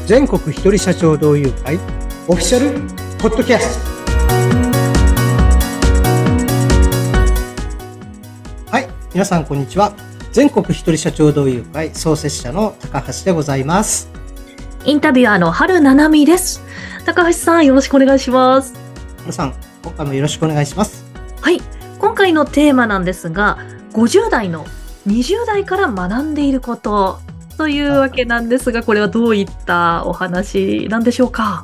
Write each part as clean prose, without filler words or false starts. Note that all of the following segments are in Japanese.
全国一人社長同友会オフィシャルポッドキャスト。はい、皆さんこんにちは。全国一人社長同友会創設者の高橋でございます。 インタビュアーの春七海です。高橋さん、よろしくお願いします。 皆さん、今回もよろしくお願いします。 はい、今回のテーマなんですが、50代の20代から学んでいることというわけなんですが、これはどういったお話なんでしょうか？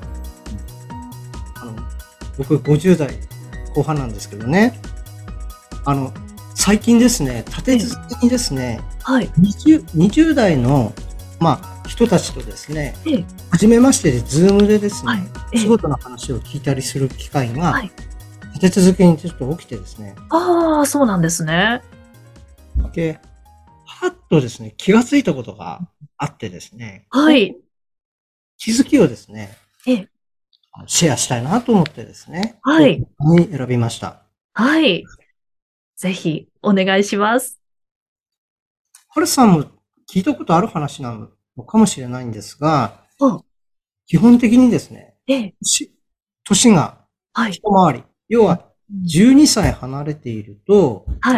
僕50代後半なんですけどね、最近ですね、立て続けにですね、 はい、 20代の、人たちとですね、初めましてで、ズームでですね、仕事の話を聞いたりする機会が、立て続けにちょっと起きてですね。 ああ、そうなんですね。 で、はっとですね、気がついたことがあってですね、 はい。 気づきをですね、シェアしたいなと思ってですね、 はい。 に選びました。 はい。ぜひ、お願いします。 はるさんも聞いたことある話なのかもしれないんですが、基本的にですね、年が一回り、要は12歳離れていると、 はい。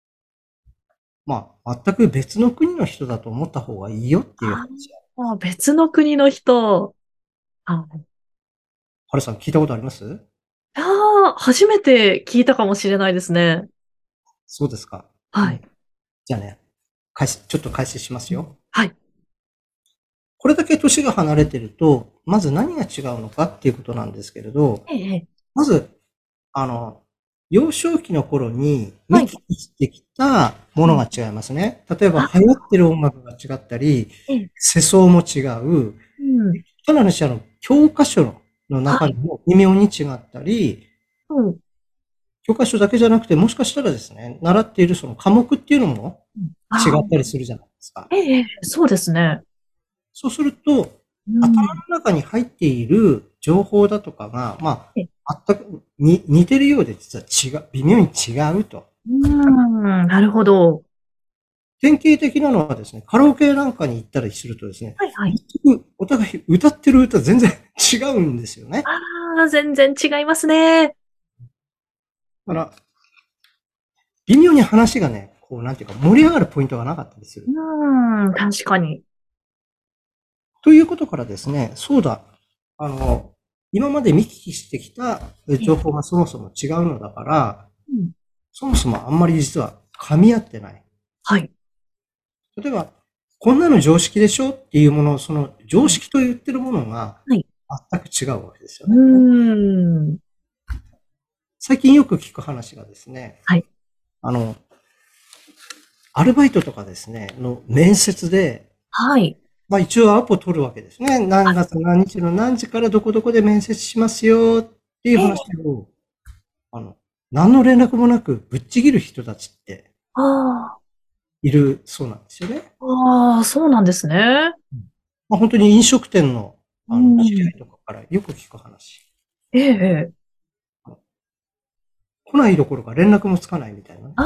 全く別の国の人だと思った方がいいよっていう話。 別の国の人。 はるさん聞いたことあります？ 初めて聞いたかもしれないですね。 そうですか。 はい。 じゃあね、ちょっと解説しますよ。 はい。 これだけ年が離れてると、まず何が違うのかっていうことなんですけれど、まず、幼少期の頃に見聞きしてきたものが違いますね。例えば流行ってる音楽が違ったり、世相も違う。ただし、教科書の中にも微妙に違ったり、教科書だけじゃなくて、もしかしたらですね、習っているその科目っていうのも違ったりするじゃないですか。 そうですね。 そうすると、頭の中に入っている情報だとかが、全く似てるようで実は微妙に違うと。 なるほど。 典型的なのはですね、カラオケなんかに行ったりするとですね、お互い歌ってる歌全然違うんですよね。 全然違いますね。 だから、微妙に話がね、なんていうか盛り上がるポイントがなかったりする。 確かに。 ということからですね、そうだ、今まで見聞きしてきた情報がそもそも違うのだから、そもそもあんまり実は噛み合ってない。 はい。 例えば、こんなの常識でしょっていうもの、その常識と言ってるものが全く違うわけですよね。最近よく聞く話がですね、アルバイトとかですね、の面接で、一応アポ取るわけですね。何月何日の何時からどこどこで面接しますよっていう話を、何の連絡もなくぶっちぎる人たちっているそうなんですよね。 そうなんですね。 本当に飲食店の知り合いとかからよく聞く話。来ないどころか連絡もつかないみたいな。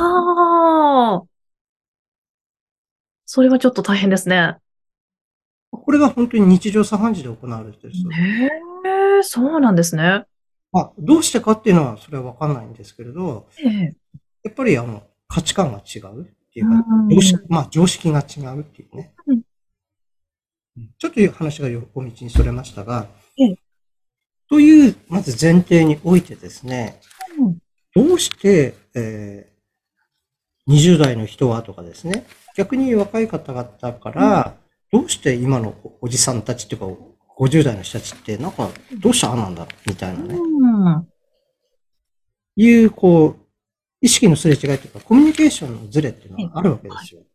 それはちょっと大変ですね。 これが本当に日常茶飯事で行われているそうです。そうなんですね。 どうしてかっていうのはそれはわかんないんですけれど、やっぱり価値観が違うっていうか、常識が違うっていうね。ちょっと話が横道にそれましたが、という、まず前提においてですね、どうして、20代の人はとかですね、逆に若い方々から、どうして今のおじさんたちっていうか、50代の人たちって、なんか、どうしてああなんだみたいなね。いう、意識のすれ違いというか、コミュニケーションのズレっていうのがあるわけですよ。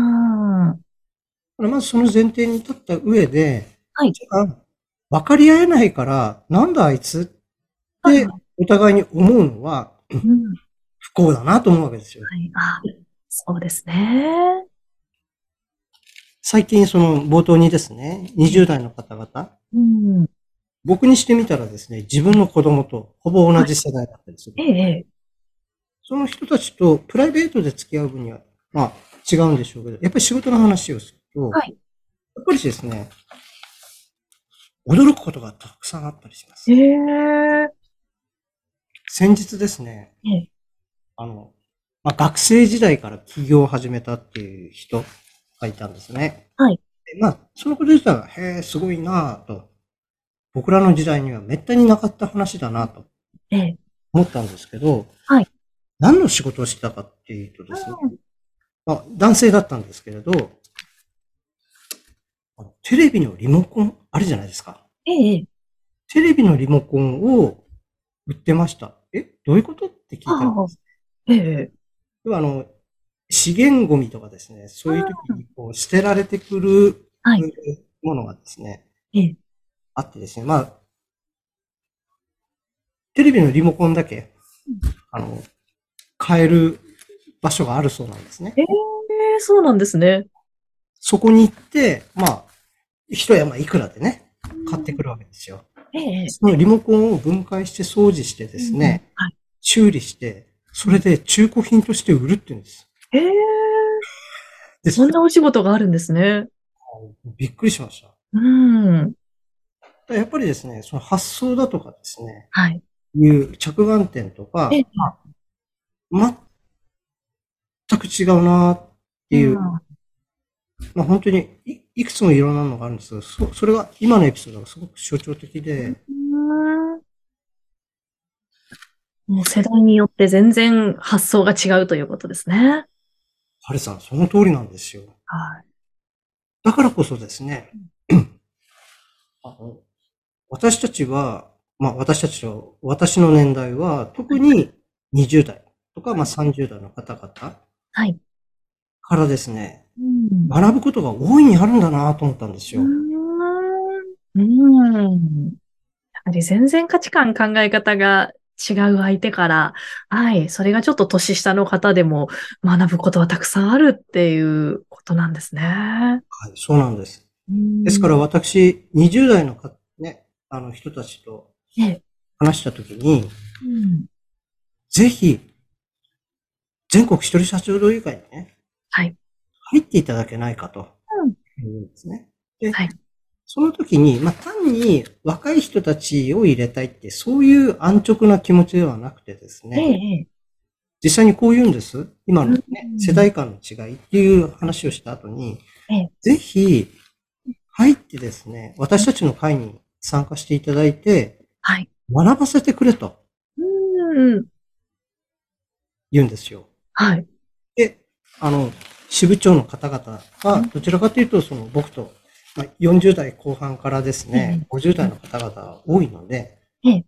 まずその前提に立った上で、じゃあ、分かり合えないから、なんだあいつってお互いに思うのは、不幸だなと思うわけですよ。 そうですね。 最近その冒頭にですね、20代の方々、僕にしてみたらですね、自分の子供とほぼ同じ世代だったりする。その人たちとプライベートで付き合う分には、違うんでしょうけど、やっぱり仕事の話をすると、やっぱりですね、 驚くことがたくさんあったりします。先日ですね、学生時代から起業を始めたっていう人がいたんですね。 はい。 そのこと自体は、へえ、すごいなぁと。僕らの時代にはめったになかった話だなと思ったんですけど、 はい。 何の仕事をしてたかっていうとですね、男性だったんですけれど、テレビのリモコンあるじゃないですか。テレビのリモコンを売ってました。どういうことって聞いたらですね。要は資源ゴミとかですね、そういう時にこう捨てられてくるものがですね、あってですね、テレビのリモコンだけ、買える場所があるそうなんですね。 そうなんですね。 そこに行って、一山いくらでね、買ってくるわけですよ。そのリモコンを分解して掃除してですね、修理して、それで中古品として売るっていうんです。 そんなお仕事があるんですね。 びっくりしました。やっぱりですね、その発想だとかですね、いう着眼点とか、全く違うなっていう、本当にいくつもいろんなのがあるんですけど、それが今のエピソードがすごく象徴的で、 もう世代によって全然発想が違うということですね。 ハルさん、その通りなんですよ。だからこそですね、私たちは、私の年代は、特に20代とか、30代の方々からですね、学ぶことが大いにあるんだなと思ったんですよ。 やはり全然価値観、考え方が違う相手から、それがちょっと年下の方でも学ぶことはたくさんあるっていうことなんですね。 はい、そうなんです。ですから私、20代の人たちと話したときに、ぜひ、全国一人社長同友会にね、入っていただけないかと言うんですね。で、その時に、単に若い人たちを入れたいって、そういう安直な気持ちではなくてですね、実際にこう言うんです。今のね、世代間の違いっていう話をした後に、ぜひ、入ってですね、私たちの会に参加していただいて、学ばせてくれと。言うんですよ。で、支部長の方々は、どちらかというと、僕と、40代後半からですね、50代の方々が多いので、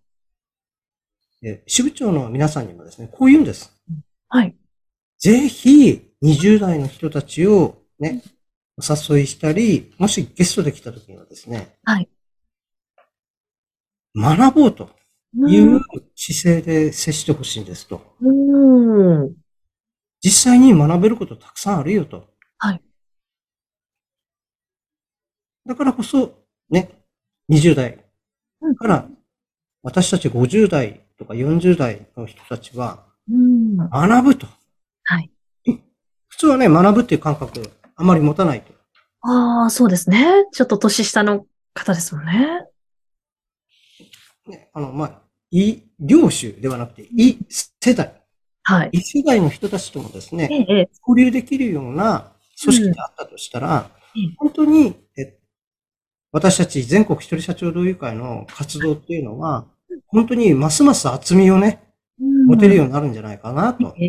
支部長の皆さんにもですね、こう言うんです。ぜひ、20代の人たちをね、お誘いしたり、もしゲストで来た時にはですね、学ぼうという姿勢で接してほしいんですと。実際に学べることたくさんあるよと。だからこそ、ね、20代から私たち50代とか40代の人たちは、学ぶと。普通はね、学ぶっていう感覚、あまり持たないと。 そうですね。ちょっと年下の方ですもんね。 異業種ではなくて、異世代。異世代の人たちともですね、交流できるような組織であったとしたら、本当に、私たち全国一人社長同友会の活動っていうのは、本当にますます厚みをね、持てるようになるんじゃないかなと。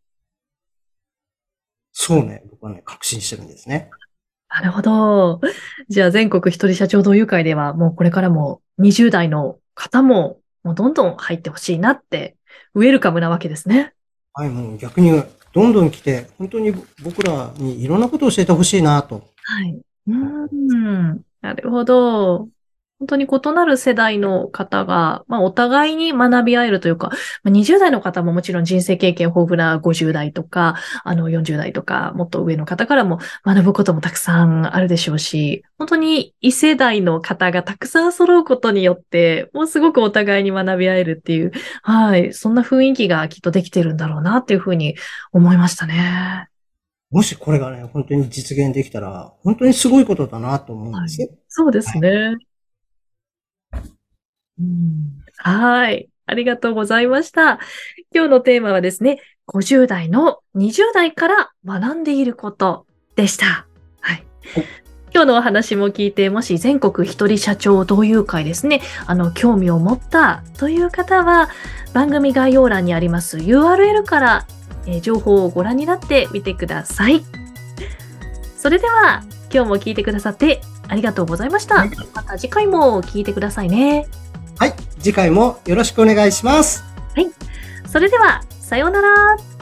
そうね、僕はね、確信してるんですね。 なるほど。じゃあ全国一人社長同友会ではもうこれからも20代の方ももうどんどん入ってほしいなってウェルカムなわけですね。 はい、もう逆にどんどん来て、本当に僕らにいろんなことを教えてほしいなと。 なるほど。本当に異なる世代の方が、お互いに学び合えるというか、20代の方ももちろん人生経験豊富な50代とか、40代とか、もっと上の方からも学ぶこともたくさんあるでしょうし、本当に異世代の方がたくさん揃うことによって、もうすごくお互いに学び合えるっていう、そんな雰囲気がきっとできてるんだろうなっていうふうに思いましたね。 もしこれがね、本当に実現できたら、本当にすごいことだなと思うんです。 そうですね。 はい。ありがとうございました。今日のテーマはですね、50代の20代から学んでいることでした。はい。今日のお話も聞いて、もし全国一人社長同友会ですね、興味を持ったという方は、番組概要欄にあります URL から、情報をご覧になってみてください。それでは、今日も聞いてくださってありがとうございました。はい、また次回も聞いてくださいね。 はい。次回もよろしくお願いします。 はい。それでは、さようなら。